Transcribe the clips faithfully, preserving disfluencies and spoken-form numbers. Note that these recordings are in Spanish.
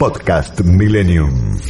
Podcast Millennium.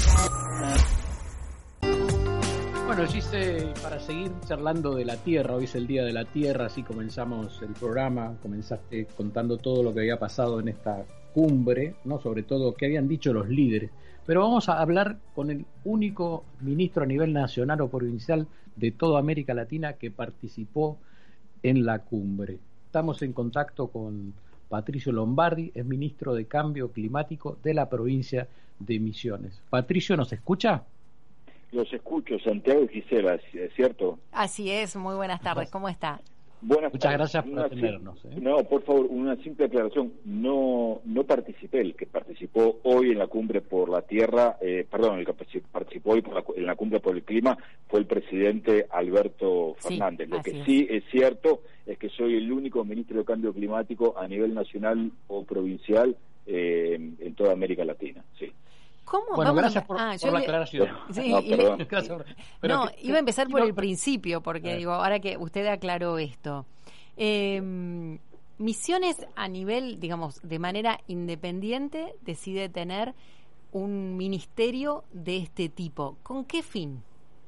Bueno, Gise, para seguir charlando de la Tierra, hoy es el Día de la Tierra, así comenzamos el programa, comenzaste contando todo lo que había pasado en esta cumbre, ¿no? Sobre todo qué habían dicho los líderes, pero vamos a hablar con el único ministro a nivel nacional o provincial de toda América Latina que participó en la cumbre. Estamos en contacto con Patricio Lombardi, es ministro de Cambio Climático de la provincia de Misiones. Patricio, ¿nos escucha? Los escucho, Santiago y Gisela, ¿es cierto? Así es, muy buenas tardes, ¿cómo está? Buenas Muchas tardes. gracias por Una atendernos. sim- ¿eh? No, por favor, una simple aclaración. No no participé, el que participó hoy en la cumbre por la tierra, eh, perdón, el que participó hoy por la, en la cumbre por el clima fue el presidente Alberto Fernández. Sí, Lo que es. sí es cierto es que soy el único ministro de Cambio Climático a nivel nacional o provincial eh, en toda América Latina, sí. ¿Cómo? Bueno, Vamos gracias a... por, ah, por yo la le... aclaración. Sí, No, y le- perdón. Gracias por- pero no, que- iba a empezar por no, el principio, porque Eh. digo, ahora que usted aclaró esto. Eh, Misiones a nivel, digamos, de manera independiente, decide tener un ministerio de este tipo. ¿Con qué fin?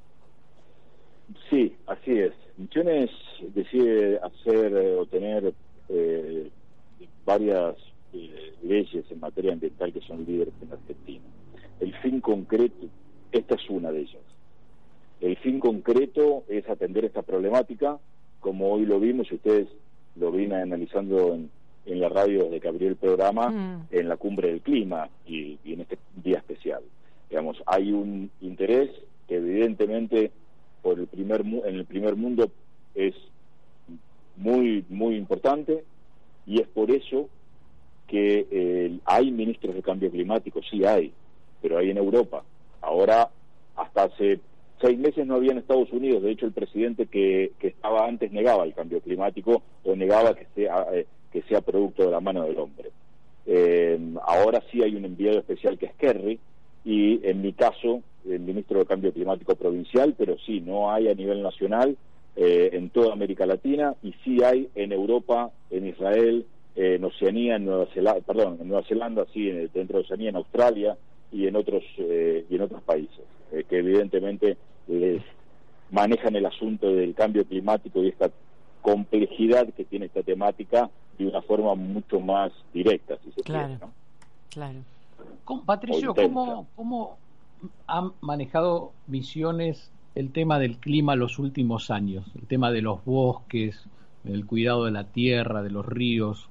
Sí, así es. Misiones decide hacer eh, o tener eh, varias eh, leyes en materia ambiental que son líderes en Argentina. El fin concreto, esta es una de ellas. El fin concreto es atender esta problemática, como hoy lo vimos, y ustedes lo vienen analizando en, en la radio desde que abrió el programa, Mm. en la cumbre del clima y, y en este día especial. Digamos, hay un interés que evidentemente por el primer mu- en el primer mundo es muy muy importante, y es por eso que eh, hay ministros de cambio climático, sí hay, pero hay en Europa. Ahora, hasta hace seis meses no había en Estados Unidos. De hecho, el presidente que, que estaba antes negaba el cambio climático o negaba que sea eh, que sea producto de la mano del hombre. Eh, ahora sí hay un enviado especial que es Kerry, y en mi caso, el ministro de Cambio Climático provincial, pero sí, no hay a nivel nacional eh, en toda América Latina, y sí hay en Europa, en Israel, eh, en Oceanía, en Nueva Zelanda, perdón, en Nueva Zelanda, sí, en, dentro de Oceanía, en Australia y en otros eh, y en otros países, eh, que evidentemente les manejan el asunto del cambio climático y esta complejidad que tiene esta temática de una forma mucho más directa, si se Claro. quiere, ¿no? Claro. ¿Cómo- Patricio, O intenta. ¿cómo, ¿cómo han manejado Misiones el tema del clima los últimos años? El tema de los bosques, el cuidado de la tierra, de los ríos.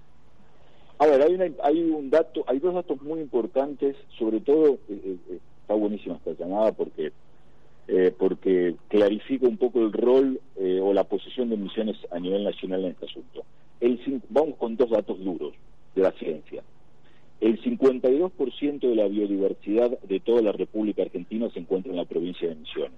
A ver, hay, una, hay un dato, hay dos datos muy importantes, sobre todo, eh, eh, está buenísima esta llamada porque eh, porque clarifica un poco el rol eh, o la posición de Misiones a nivel nacional en este asunto. El, cin- vamos con dos datos duros de la ciencia. El cincuenta y dos por ciento de la biodiversidad de toda la República Argentina se encuentra en la provincia de Misiones,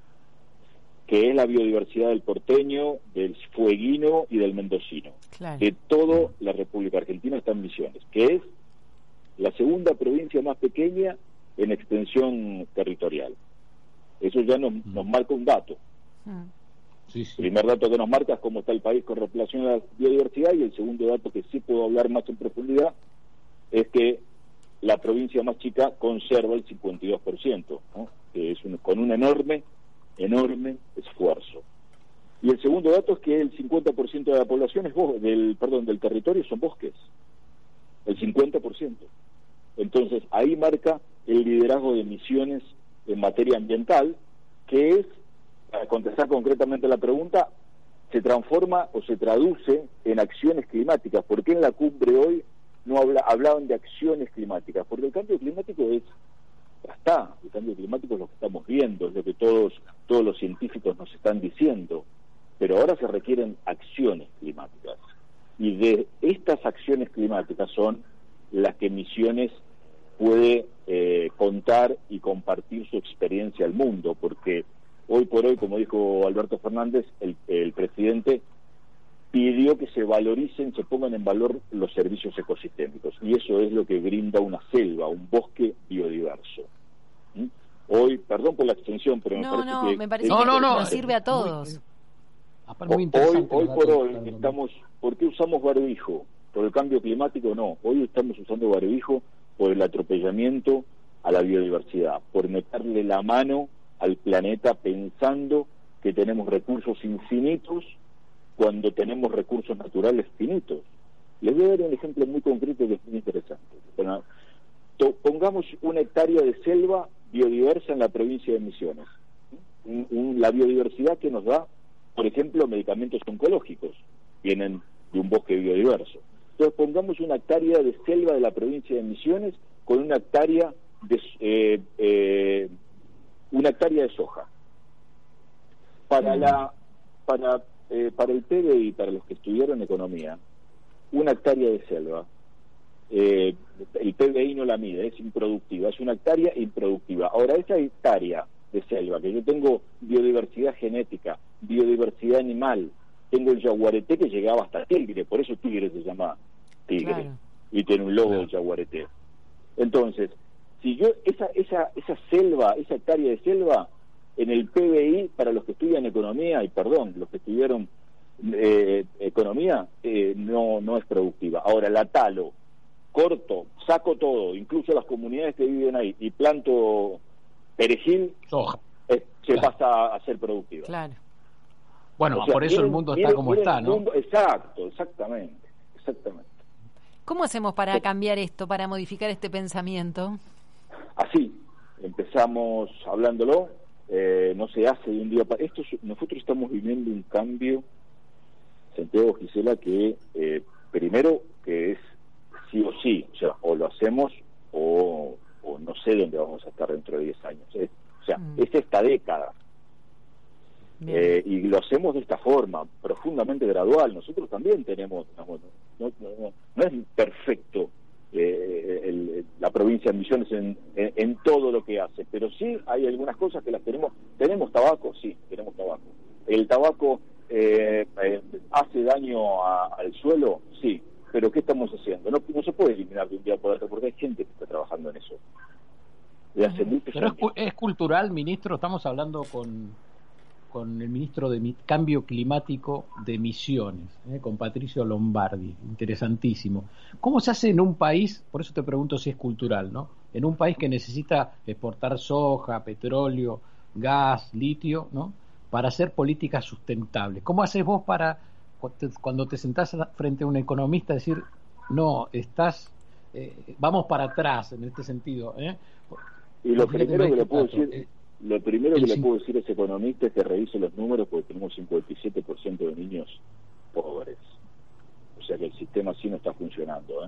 que es la biodiversidad del porteño, del fueguino y del mendocino. Claro. De toda la República Argentina está en Misiones, que es la segunda provincia más pequeña en extensión territorial. Eso ya nos, nos marca un dato. Mm. Sí, El sí. primer dato que nos marca es cómo está el país con relación a la biodiversidad, y el segundo dato que sí puedo hablar más en profundidad es que la provincia más chica conserva el cincuenta y dos por ciento, ¿no? Que es un, con un enorme, enorme esfuerzo. Y el segundo dato es que el cincuenta por ciento de la población es bos- del, perdón, del territorio son bosques, el cincuenta por ciento. Entonces ahí marca el liderazgo de Misiones en materia ambiental, que es, para contestar concretamente la pregunta, se transforma o se traduce en acciones climáticas. ¿Por qué en la cumbre hoy no habla, hablaban de acciones climáticas? Porque el cambio climático es, ya está, el cambio climático es lo que estamos viendo, es lo que todos, todos los científicos nos están diciendo, pero ahora se requieren acciones climáticas. Y de estas acciones climáticas son las que Misiones puede eh, contar y compartir su experiencia al mundo, porque hoy por hoy, como dijo Alberto Fernández, el, el presidente pidió que se valoricen, se pongan en valor los servicios ecosistémicos, y eso es lo que brinda una selva, un bosque biodiverso. ¿Mm? Hoy, perdón por la extensión, pero me No, parece no, que... me parece No, que no, no, nos sirve a muy- todos. Aparte, muy Hoy, interesante hoy los por datos hoy que están dando. estamos, ¿por qué usamos barbijo? ¿Por el cambio climático? No, hoy estamos usando barbijo por el atropellamiento a la biodiversidad, por meterle la mano al planeta pensando que tenemos recursos infinitos cuando tenemos recursos naturales finitos. Les voy a dar un ejemplo muy concreto que es muy interesante. Bueno, to, pongamos una hectárea de selva biodiversa en la provincia de Misiones. Un, un, la biodiversidad que nos da, por ejemplo, medicamentos oncológicos, vienen de un bosque biodiverso. Entonces pongamos una hectárea de selva de la provincia de Misiones con una hectárea de eh, eh, una hectárea de soja. Para mm. la para eh, para el P B I, para los que estudiaron economía, una hectárea de selva, eh, el P B I no la mide, es improductiva, es una hectárea improductiva. Ahora, esa hectárea de selva, que yo tengo biodiversidad genética, biodiversidad animal, tengo el yaguareté que llegaba hasta Tigre, por eso Tigre se llama Tigre, claro. Y tiene un logo claro. del yaguareté. Entonces, si yo, esa, esa, esa selva, esa hectárea de selva, en el P B I, para los que estudian economía, y perdón, los que estudiaron eh, economía, eh, no, no es productiva. Ahora, la talo, corto, saco todo, incluso las comunidades que viven ahí, y planto perejil, soja, eh, se claro. pasa a ser productiva. Claro. Bueno, o sea, por eso miren, el mundo miren, está como está, ¿no? Mundo, exacto, exactamente, exactamente. ¿Cómo hacemos para cambiar esto, para modificar este pensamiento? Así, empezamos hablándolo, eh, no se hace de un día para... Esto, nosotros estamos viviendo un cambio, Santiago, Gisela, que eh, primero que es sí o sí, o sea, o lo hacemos o, o no sé dónde vamos a estar dentro de diez años. Es, o sea, mm. es esta década. Eh, y lo hacemos de esta forma, profundamente gradual. Nosotros también tenemos, no, no, no, no es perfecto eh, el, la provincia de Misiones en, en, en todo lo que hace, pero sí hay algunas cosas que las tenemos. Tenemos tabaco, sí, tenemos tabaco. El tabaco eh, eh, hace daño a, al suelo, sí, pero ¿qué estamos haciendo? No, no se puede eliminar de un día por otro, porque hay gente que está trabajando en eso. De hace muchos pero años. Es, es cultural, ministro. Estamos hablando con con el ministro de Cambio Climático de Misiones, ¿eh? con Patricio Lombardi, interesantísimo. ¿Cómo se hace en un país, por eso te pregunto si es cultural, ¿no? En un país que necesita exportar soja, petróleo, gas, litio, ¿no? Para hacer políticas sustentables. ¿Cómo haces vos para, cuando te sentás frente a un economista, decir, no, estás, eh, vamos para atrás en este sentido? ¿eh? Y lo primero que le puedo decir... Eh, Lo primero que le puedo decir a ese economista es que revise los números, porque tenemos cincuenta y siete por ciento de niños pobres. O sea que el sistema así no está funcionando, ¿eh?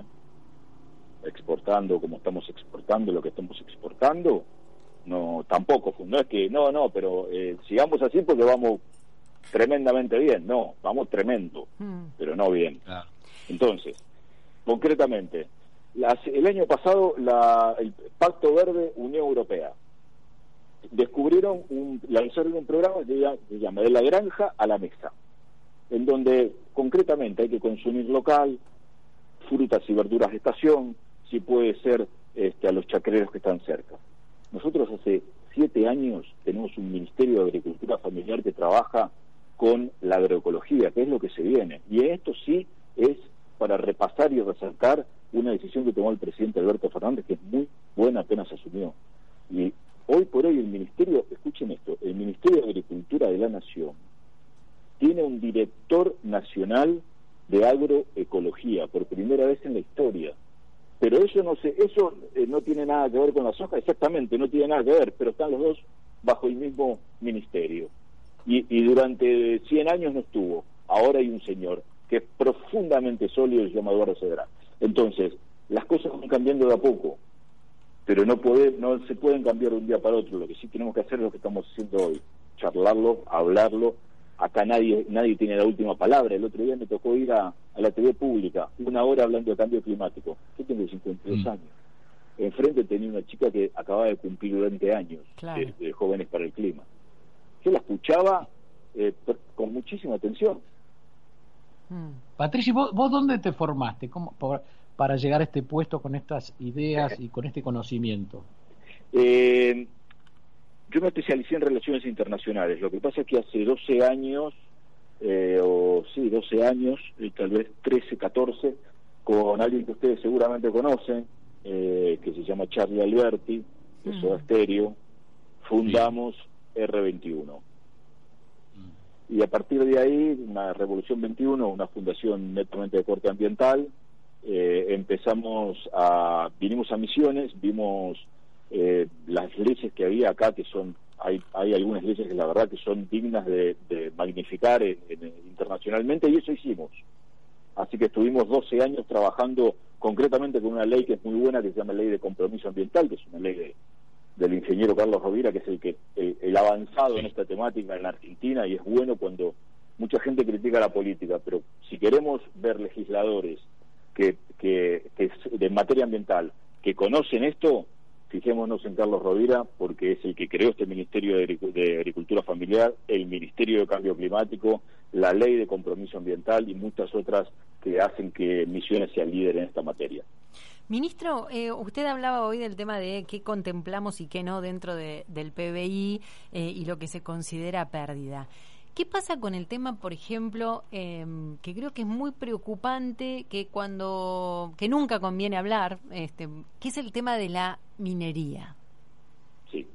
Exportando como estamos exportando lo que estamos exportando, no, tampoco, no es que, no, no, pero eh, sigamos así porque vamos tremendamente bien. No, vamos tremendo, mm. pero no bien. Ah. Entonces, concretamente, las, el año pasado la, el Pacto Verde Unión Europea descubrieron, un, lanzaron un programa que se llama De la Granja a la Mesa, en donde concretamente hay que consumir local, frutas y verduras de estación, si puede ser este, a los chacreros que están cerca. Nosotros hace siete años tenemos un Ministerio de Agricultura Familiar que trabaja con la agroecología, que es lo que se viene, y esto sí es para repasar y resaltar una decisión que tomó el presidente Alberto Fernández, que es muy buena, apenas asumió. Y hoy por hoy el Ministerio, escuchen esto, el Ministerio de Agricultura de la Nación tiene un director nacional de agroecología, por primera vez en la historia. Pero eso no se, eso eh, no tiene nada que ver con la soja, exactamente, no tiene nada que ver, pero están los dos bajo el mismo ministerio. Y, y durante cien años no estuvo. Ahora hay un señor que es profundamente sólido y se llama Eduardo Cedrán. Entonces, las cosas van cambiando de a poco, pero no puede, no se pueden cambiar de un día para otro. Lo que sí tenemos que hacer es lo que estamos haciendo hoy, charlarlo, hablarlo. Acá nadie nadie tiene la última palabra. El otro día me tocó ir a, a la T V pública, una hora hablando de cambio climático. Yo tengo cincuenta y dos mm. años. Enfrente tenía una chica que acababa de cumplir veinte años, claro. de, de Jóvenes para el Clima. Yo la escuchaba eh, con muchísima atención. Mm. Patricio, ¿vos, ¿vos dónde te formaste? ¿Cómo, por, para llegar a este puesto con estas ideas y con este conocimiento? Eh, yo me especialicé en relaciones internacionales. Lo que pasa es que hace doce años, eh, o sí, doce años, eh, tal vez trece, catorce, con alguien que ustedes seguramente conocen, eh, llama Charlie Alberti, de Mm. Soda Stereo, fundamos R veintiuno. Y a partir de ahí, una Revolución veintiuno, una fundación netamente de corte ambiental, eh, empezamos a, vinimos a Misiones, vimos eh, las leyes que había acá, que son, hay, hay algunas leyes que la verdad que son dignas de, de magnificar en, en, internacionalmente, y eso hicimos. Así que estuvimos doce años trabajando concretamente con una ley que es muy buena, que se llama Ley de Compromiso Ambiental, que es una ley de, del ingeniero Carlos Rovira, que es el que el, el avanzado en esta temática en la Argentina, y es bueno cuando mucha gente critica la política, pero si queremos ver legisladores que, que, que de materia ambiental que conocen esto, fijémonos en Carlos Rovira, porque es el que creó este Ministerio de, de Agricultura Familiar, el Ministerio de Cambio Climático, la Ley de Compromiso Ambiental y muchas otras que hacen que Misiones sea líder en esta materia. Ministro, eh, usted hablaba hoy del tema de qué contemplamos y qué no dentro de, del P B I eh, y lo que se considera pérdida. ¿Qué pasa con el tema, por ejemplo, eh, que creo que es muy preocupante, que cuando que nunca conviene hablar, este, que es el tema de la minería? Sí.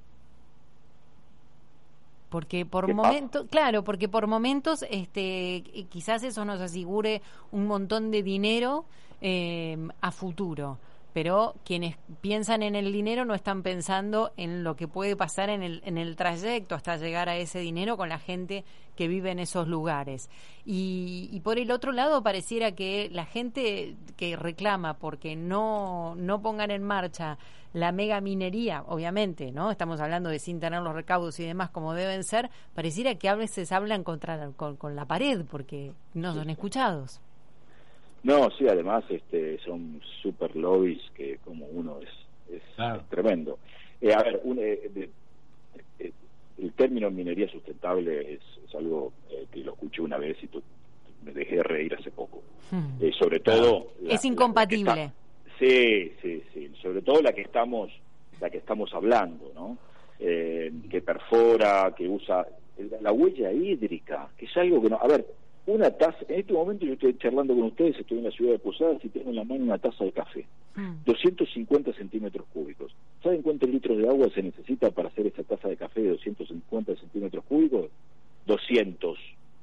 Porque por momentos, claro, porque por momentos, este, quizás eso nos asegure un montón de dinero eh, a futuro. Pero quienes piensan en el dinero no están pensando en lo que puede pasar en el en el trayecto hasta llegar a ese dinero con la gente que vive en esos lugares. Y, y por el otro lado pareciera que la gente que reclama porque no no pongan en marcha la mega minería, obviamente, ¿no? Estamos hablando de sin tener los recaudos y demás como deben ser, pareciera que a veces hablan contra con, con la pared porque no son escuchados. No, sí, además este, son super lobbies que como uno es, es, claro. es tremendo. Eh, a ver, un, eh, de, eh, el término minería sustentable es, es algo eh, que lo escuché una vez y tu, me dejé de reír hace poco. Hmm. Eh, sobre todo... La, es incompatible. La, la sí, sí, sí. Sobre todo la que estamos, la que estamos hablando, ¿no? Eh, que perfora, que usa la huella hídrica, que es algo que no... A ver, una taza, en este momento yo estoy charlando con ustedes, estoy en la ciudad de Posadas y tengo en la mano una taza de café, mm. doscientos cincuenta centímetros cúbicos. ¿Saben cuántos litros de agua se necesita para hacer esa taza de café de doscientos cincuenta centímetros cúbicos? doscientos.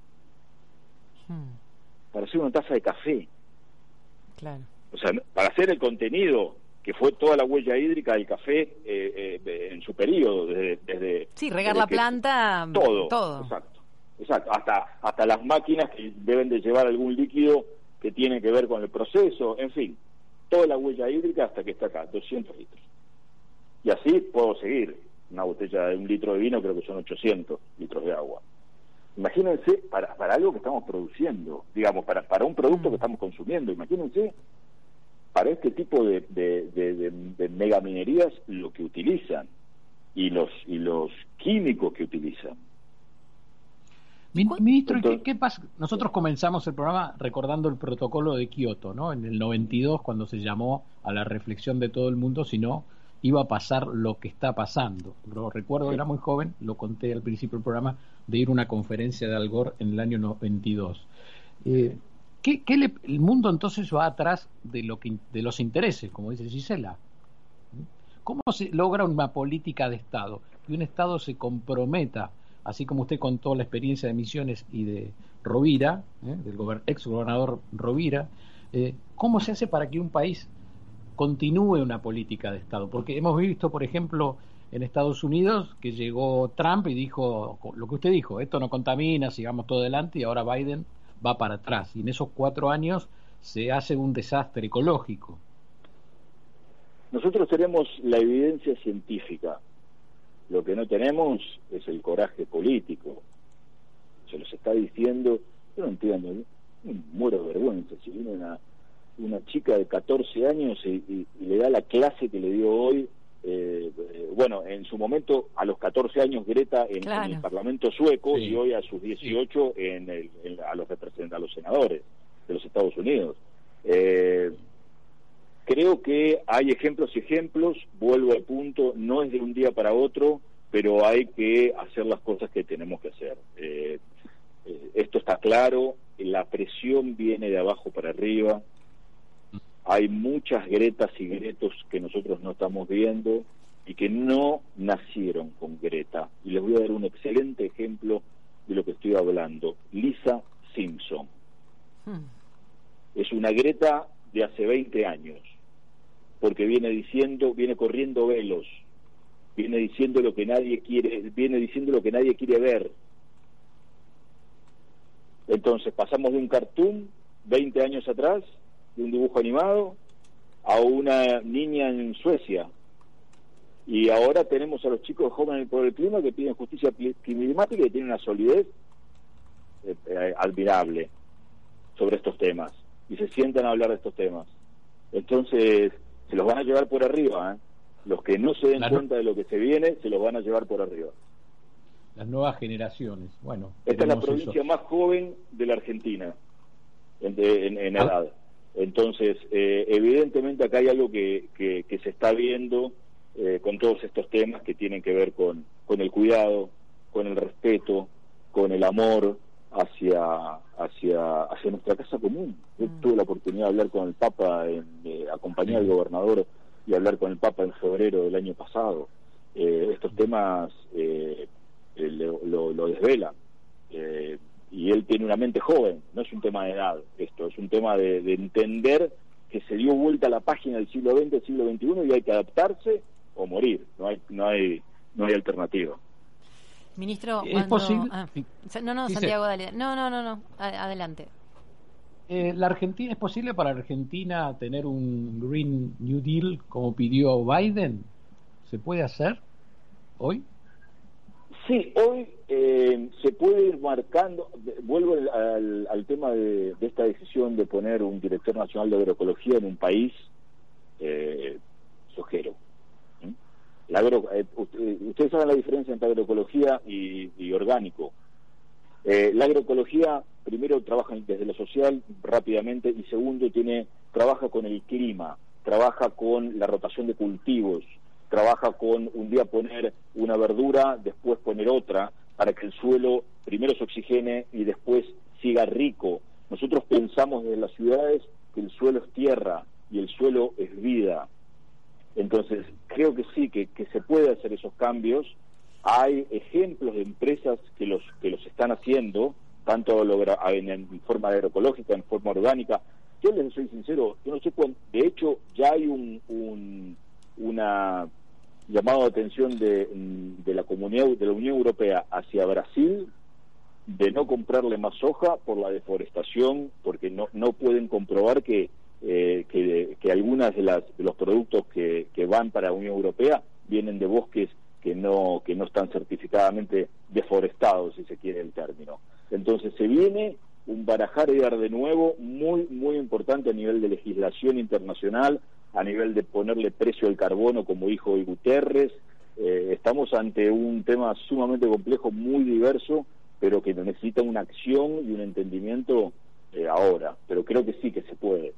Mm. Para hacer una taza de café. Claro. O sea, para hacer el contenido que fue toda la huella hídrica del café eh, eh, en su periodo, desde... desde sí, regar desde la que, planta, todo. todo. Exacto. Exacto, hasta hasta las máquinas que deben de llevar algún líquido que tiene que ver con el proceso, en fin, toda la huella hídrica hasta que está acá, doscientos litros. Y así puedo seguir, una botella de un litro de vino creo que son ochocientos litros de agua. Imagínense, para, para algo que estamos produciendo, digamos, para, para un producto que estamos consumiendo, imagínense, para este tipo de, de, de, de, de megaminerías lo que utilizan y los, y los químicos que utilizan. Ministro, ¿qué, ¿qué pasa? Nosotros comenzamos el programa recordando el protocolo de Kioto, ¿no? En el noventa y dos, cuando se llamó a la reflexión de todo el mundo, si no iba a pasar lo que está pasando. Lo recuerdo, era muy joven, lo conté al principio del programa, de ir a una conferencia de Al Gore en el año noventa y dos. Eh, ¿qué, qué le, el mundo entonces va atrás de, lo que, de los intereses, como dice Gisela? ¿Cómo se logra una política de Estado? Que un Estado se comprometa, así como usted contó la experiencia de Misiones y de Rovira, ¿eh? del gober- ex gobernador Rovira, eh, ¿cómo se hace para que un país continúe una política de Estado? Porque hemos visto, por ejemplo, en Estados Unidos, que llegó Trump y dijo lo que usted dijo, esto no contamina, sigamos todo adelante, y ahora Biden va para atrás. Y en esos cuatro años se hace un desastre ecológico. Nosotros tenemos la evidencia científica. Lo que no tenemos es el coraje político. Se los está diciendo, yo no entiendo, yo muero de vergüenza. Si viene una, una chica de catorce años y, y, y le da la clase que le dio hoy, eh, eh, bueno, en su momento a los catorce años Greta en, claro. en el Parlamento sueco, sí. Y hoy a sus dieciocho sí. en el, en, a los representantes, a los senadores de los Estados Unidos. Eh, Creo que hay ejemplos y ejemplos, vuelvo al punto, no es de un día para otro, pero hay que hacer las cosas que tenemos que hacer. Eh, eh, esto está claro, la presión viene de abajo para arriba, hay muchas Gretas y Gretos que nosotros no estamos viendo y que no nacieron con Greta. Y les voy a dar un excelente ejemplo de lo que estoy hablando. Lisa Simpson. Hmm. Es una Greta de hace veinte años, porque viene diciendo, viene corriendo velos, viene diciendo lo que nadie quiere, viene diciendo lo que nadie quiere ver. Entonces pasamos de un cartoon veinte años atrás, de un dibujo animado, a una niña en Suecia. Y ahora tenemos a los chicos jóvenes por el clima que piden justicia climática y tienen una solidez eh, eh, admirable sobre estos temas. Y se sientan a hablar de estos temas. Entonces, se los van a llevar por arriba, ¿eh? Los que no se den claro. cuenta de lo que se viene, se los van a llevar por arriba. Las nuevas generaciones, bueno. Esta es la provincia eso. más joven de la Argentina, en, en, en edad. Entonces, eh, evidentemente acá hay algo que, que, que se está viendo eh, con todos estos temas que tienen que ver con, con el cuidado, con el respeto, con el amor hacia hacia hacia nuestra casa común. Yo mm. tuve la oportunidad de hablar con el Papa, en, eh, acompañar al gobernador y hablar con el Papa en febrero del año pasado. Eh, estos temas eh, eh, lo, lo, lo desvelan. Eh, y él tiene una mente joven, no es un tema de edad esto, es un tema de, de entender que se dio vuelta a la página del siglo veinte, del siglo veintiuno y hay que adaptarse o morir, no hay no hay no hay alternativa. Ministro, ¿es cuando... posible? Ah. No, no, Dice... Santiago, dale. No, no, no, no. Adelante. Eh, la Argentina, ¿es posible para Argentina tener un Green New Deal como pidió Biden? ¿Se puede hacer hoy? Sí, hoy eh, se puede ir marcando. Vuelvo al, al, al tema de, de esta decisión de poner un director nacional de agroecología en un país eh, sojero. La agro, eh, ustedes saben la diferencia entre agroecología y, y orgánico. Eh, la agroecología, primero, trabaja desde lo social rápidamente y segundo, tiene trabaja con el clima, trabaja con la rotación de cultivos, trabaja con un día poner una verdura, después poner otra, para que el suelo primero se oxigene y después siga rico. Nosotros pensamos desde las ciudades que el suelo es tierra y el suelo es vida. Entonces, creo que sí, que, que se puede hacer esos cambios. Hay ejemplos de empresas que los que los están haciendo, tanto en, en forma agroecológica, en forma orgánica. Yo les soy sincero, yo no sé cuándo, de hecho, ya hay un, un una llamado de atención de, de la comunidad, de la Unión Europea hacia Brasil, de no comprarle más soja por la deforestación, porque no, no pueden comprobar que Eh, que, que algunas de las de los productos que, que van para la Unión Europea vienen de bosques que no que no están certificadamente deforestados, si se quiere el término. Entonces se viene un barajar y dar de nuevo muy muy importante a nivel de legislación internacional, a nivel de ponerle precio al carbono, como dijo hoy Guterres. Eh, estamos ante un tema sumamente complejo, muy diverso, pero que necesita una acción y un entendimiento eh, ahora, pero creo que sí que se puede.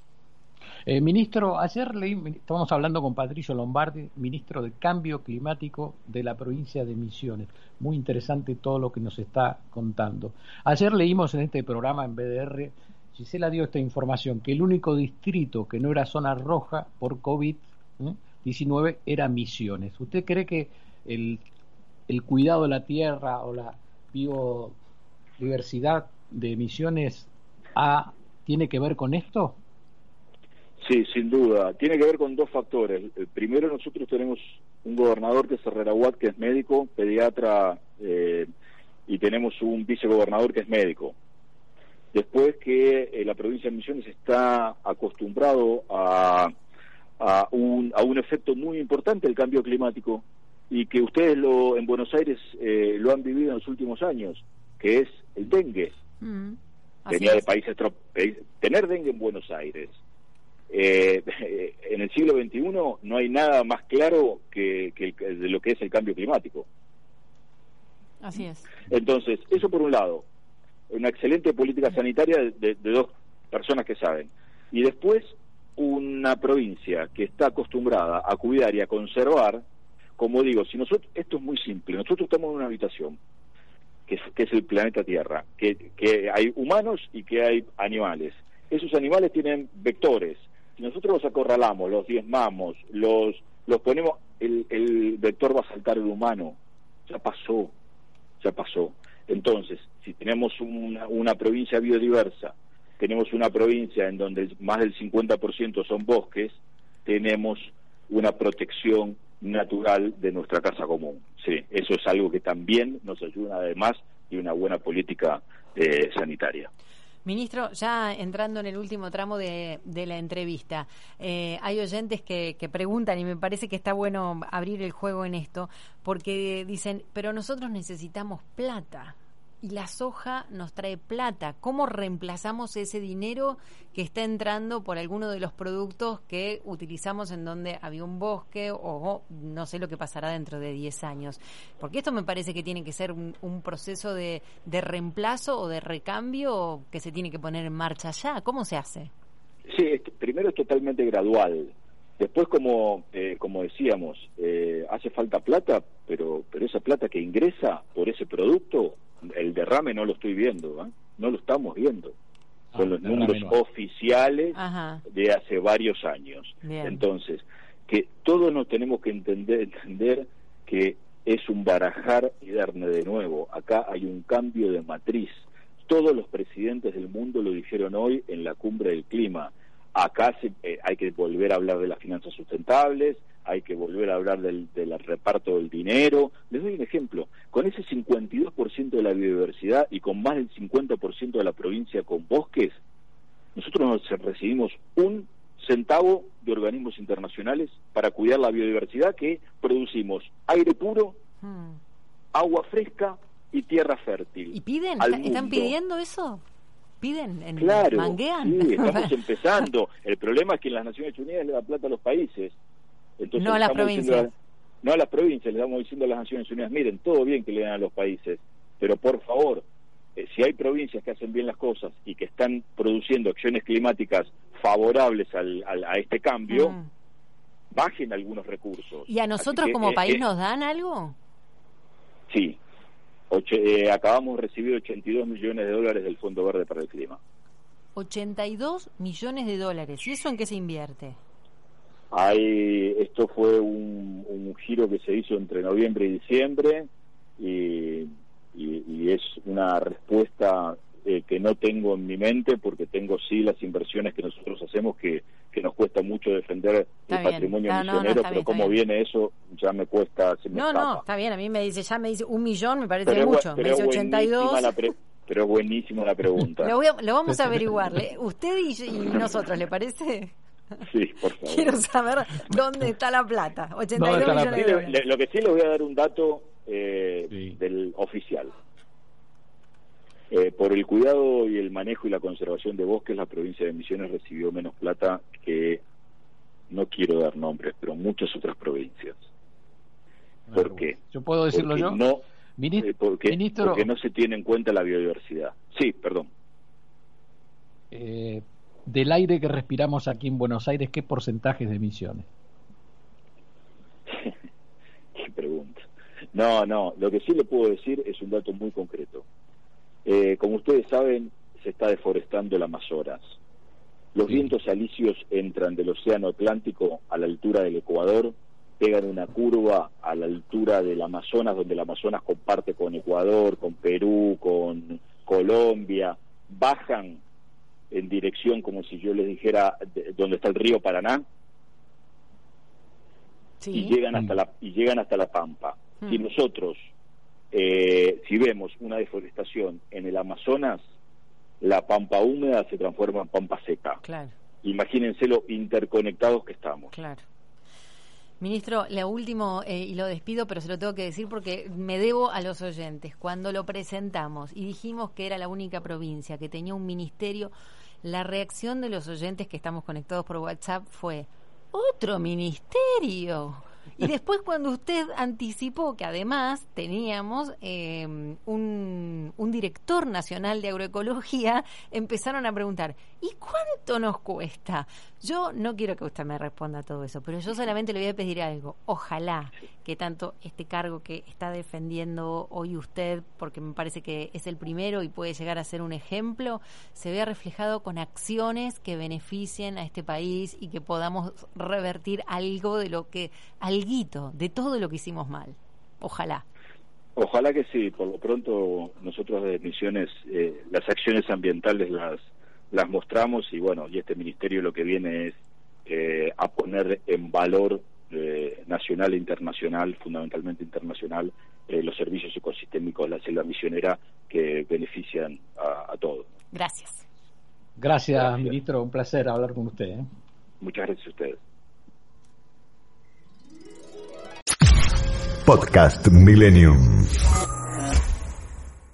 Eh, ministro, ayer leí, estábamos hablando con Patricio Lombardi, ministro de Cambio Climático de la provincia de Misiones. Muy interesante todo lo que nos está contando. Ayer leímos en este programa en B D R, Gisela dio esta información, que el único distrito que no era zona roja por COVID diecinueve era Misiones. ¿Usted cree que el, el cuidado de la tierra o la biodiversidad de Misiones ha, tiene que ver con esto? Sí, sin duda. Tiene que ver con dos factores. El primero, nosotros tenemos un gobernador que es Herrera Watt, que es médico, pediatra, eh, y tenemos un vicegobernador que es médico. Después que eh, la provincia de Misiones está acostumbrado a, a, un, a un efecto muy importante del cambio climático y que ustedes lo en Buenos Aires eh, lo han vivido en los últimos años, que es el dengue. Mm, Venía de países... Tener dengue en Buenos Aires... Eh, en el siglo veintiuno no hay nada más claro que, que el, de lo que es el cambio climático. Así es. Entonces, eso por un lado, una excelente política sanitaria de, de, de dos personas que saben. Y después, una provincia que está acostumbrada a cuidar y a conservar, como digo, si nosotros, esto es muy simple, nosotros estamos en una habitación, que es, que es el planeta Tierra, que, que hay humanos y que hay animales. Esos animales tienen vectores. Si nosotros los acorralamos, los diezmamos, los los ponemos, el, el vector va a saltar el humano. Ya pasó, ya pasó. Entonces, si tenemos una, una provincia biodiversa, tenemos una provincia en donde más del cincuenta por ciento son bosques, tenemos una protección natural de nuestra casa común. Sí, eso es algo que también nos ayuda, además de una buena política eh, sanitaria. Ministro, ya entrando en el último tramo de, de la entrevista, eh, hay oyentes que, que preguntan, y me parece que está bueno abrir el juego en esto, porque dicen, pero nosotros necesitamos plata, y la soja nos trae plata. ¿Cómo reemplazamos ese dinero que está entrando por alguno de los productos que utilizamos en donde había un bosque, o no sé lo que pasará dentro de diez años? Porque esto me parece que tiene que ser un, un proceso de, de reemplazo o de recambio que se tiene que poner en marcha ya. ¿Cómo se hace? Sí, es, primero es totalmente gradual. Después, como eh, como decíamos, eh, hace falta plata, pero pero esa plata que ingresa por ese producto, el derrame no lo estoy viendo, ¿eh? No lo estamos viendo. Son ah, los números no. oficiales Ajá. de hace varios años. Bien. Entonces, que todos nos tenemos que entender, entender que es un barajar y darle de nuevo. Acá hay un cambio de matriz. Todos los presidentes del mundo lo dijeron hoy en la cumbre del clima. Acá se, eh, hay que volver a hablar de las finanzas sustentables, hay que volver a hablar del, del reparto del dinero. Les doy un ejemplo. Con ese cincuenta y dos por ciento de la biodiversidad y con más del cincuenta por ciento de la provincia con bosques, nosotros nos recibimos un centavo de organismos internacionales para cuidar la biodiversidad, que producimos aire puro, hmm. agua fresca y tierra fértil. ¿Y piden? ¿Están pidiendo eso? ¿Piden? En, claro, ¿manguean? Sí, estamos empezando. El problema es que en las Naciones Unidas le da plata a los países. Entonces, no a las provincias. A, no a las provincias, le estamos diciendo a las Naciones Unidas, miren, todo bien que le den a los países, pero por favor, eh, si hay provincias que hacen bien las cosas y que están produciendo acciones climáticas favorables al, al, a este cambio, mm. bajen algunos recursos. ¿Y a nosotros que, como eh, país eh, nos dan algo? Sí. Oche, eh, acabamos de recibir ochenta y dos millones de dólares del Fondo Verde para el Clima. ochenta y dos millones de dólares. ¿Y eso en qué se invierte? Hay, esto fue un, un giro que se hizo entre noviembre y diciembre y, y, y es una respuesta eh, que no tengo en mi mente, porque tengo sí las inversiones que nosotros hacemos que, que nos cuesta mucho defender está el bien. patrimonio no, misionero, no, no, pero bien, cómo viene eso ya me cuesta, se me No, escapa. no, está bien, a mí me dice, ya me dice un millón, me parece pero mucho, pero me dice ochenta y dos. La pre, pero es buenísima la pregunta. lo, voy a, lo vamos a averiguarle, usted y, y nosotros, ¿le parece? Sí, por favor. Quiero saber dónde está la plata. ochenta y dos millones de dólares. Le, lo que sí les voy a dar un dato eh, sí. del oficial. Eh, por el cuidado y el manejo y la conservación de bosques, la provincia de Misiones recibió menos plata que, no quiero dar nombres, pero muchas otras provincias. ¿Por bueno, qué? ¿Yo puedo decirlo porque yo? No, Ministro, eh, porque, ministro, porque no se tiene en cuenta la biodiversidad. Sí, perdón. Eh, del aire que respiramos aquí en Buenos Aires, ¿qué porcentajes de emisiones? Qué pregunta. No, no, lo que sí le puedo decir es un dato muy concreto. Eh, como ustedes saben, se está deforestando el Amazonas. Los sí. vientos alisios entran del océano Atlántico a la altura del Ecuador, pegan una curva a la altura del Amazonas, donde el Amazonas comparte con Ecuador, con Perú, con Colombia, bajan en dirección, como si yo les dijera, de, donde está el río Paraná, sí. y llegan hasta la y llegan hasta la Pampa. Hmm. Si nosotros, eh, si vemos una deforestación en el Amazonas, la pampa húmeda se transforma en pampa seca. Claro. Imagínense lo interconectados que estamos. Claro. Ministro, lo último, eh, y lo despido, pero se lo tengo que decir porque me debo a los oyentes. Cuando lo presentamos y dijimos que era la única provincia que tenía un ministerio, la reacción de los oyentes que estamos conectados por WhatsApp fue: ¡otro ministerio! Y después, cuando usted anticipó que además teníamos eh, un, un director nacional de agroecología, empezaron a preguntar: ¿y cuánto nos cuesta? Yo no quiero que usted me responda a todo eso, pero yo solamente le voy a pedir algo. Ojalá que tanto este cargo que está defendiendo hoy usted, porque me parece que es el primero y puede llegar a ser un ejemplo, se vea reflejado con acciones que beneficien a este país y que podamos revertir algo de lo que, alguito, de todo lo que hicimos mal. Ojalá. Ojalá que sí. Por lo pronto nosotros desde Misiones eh, las acciones ambientales las las mostramos y bueno, y este ministerio lo que viene es eh, a poner en valor eh, nacional e internacional, fundamentalmente internacional, eh, los servicios ecosistémicos de la selva misionera que benefician a, a todos. Gracias. Gracias. Gracias, ministro. Un placer hablar con usted. ¿eh? Muchas gracias a ustedes. Podcast Millennium.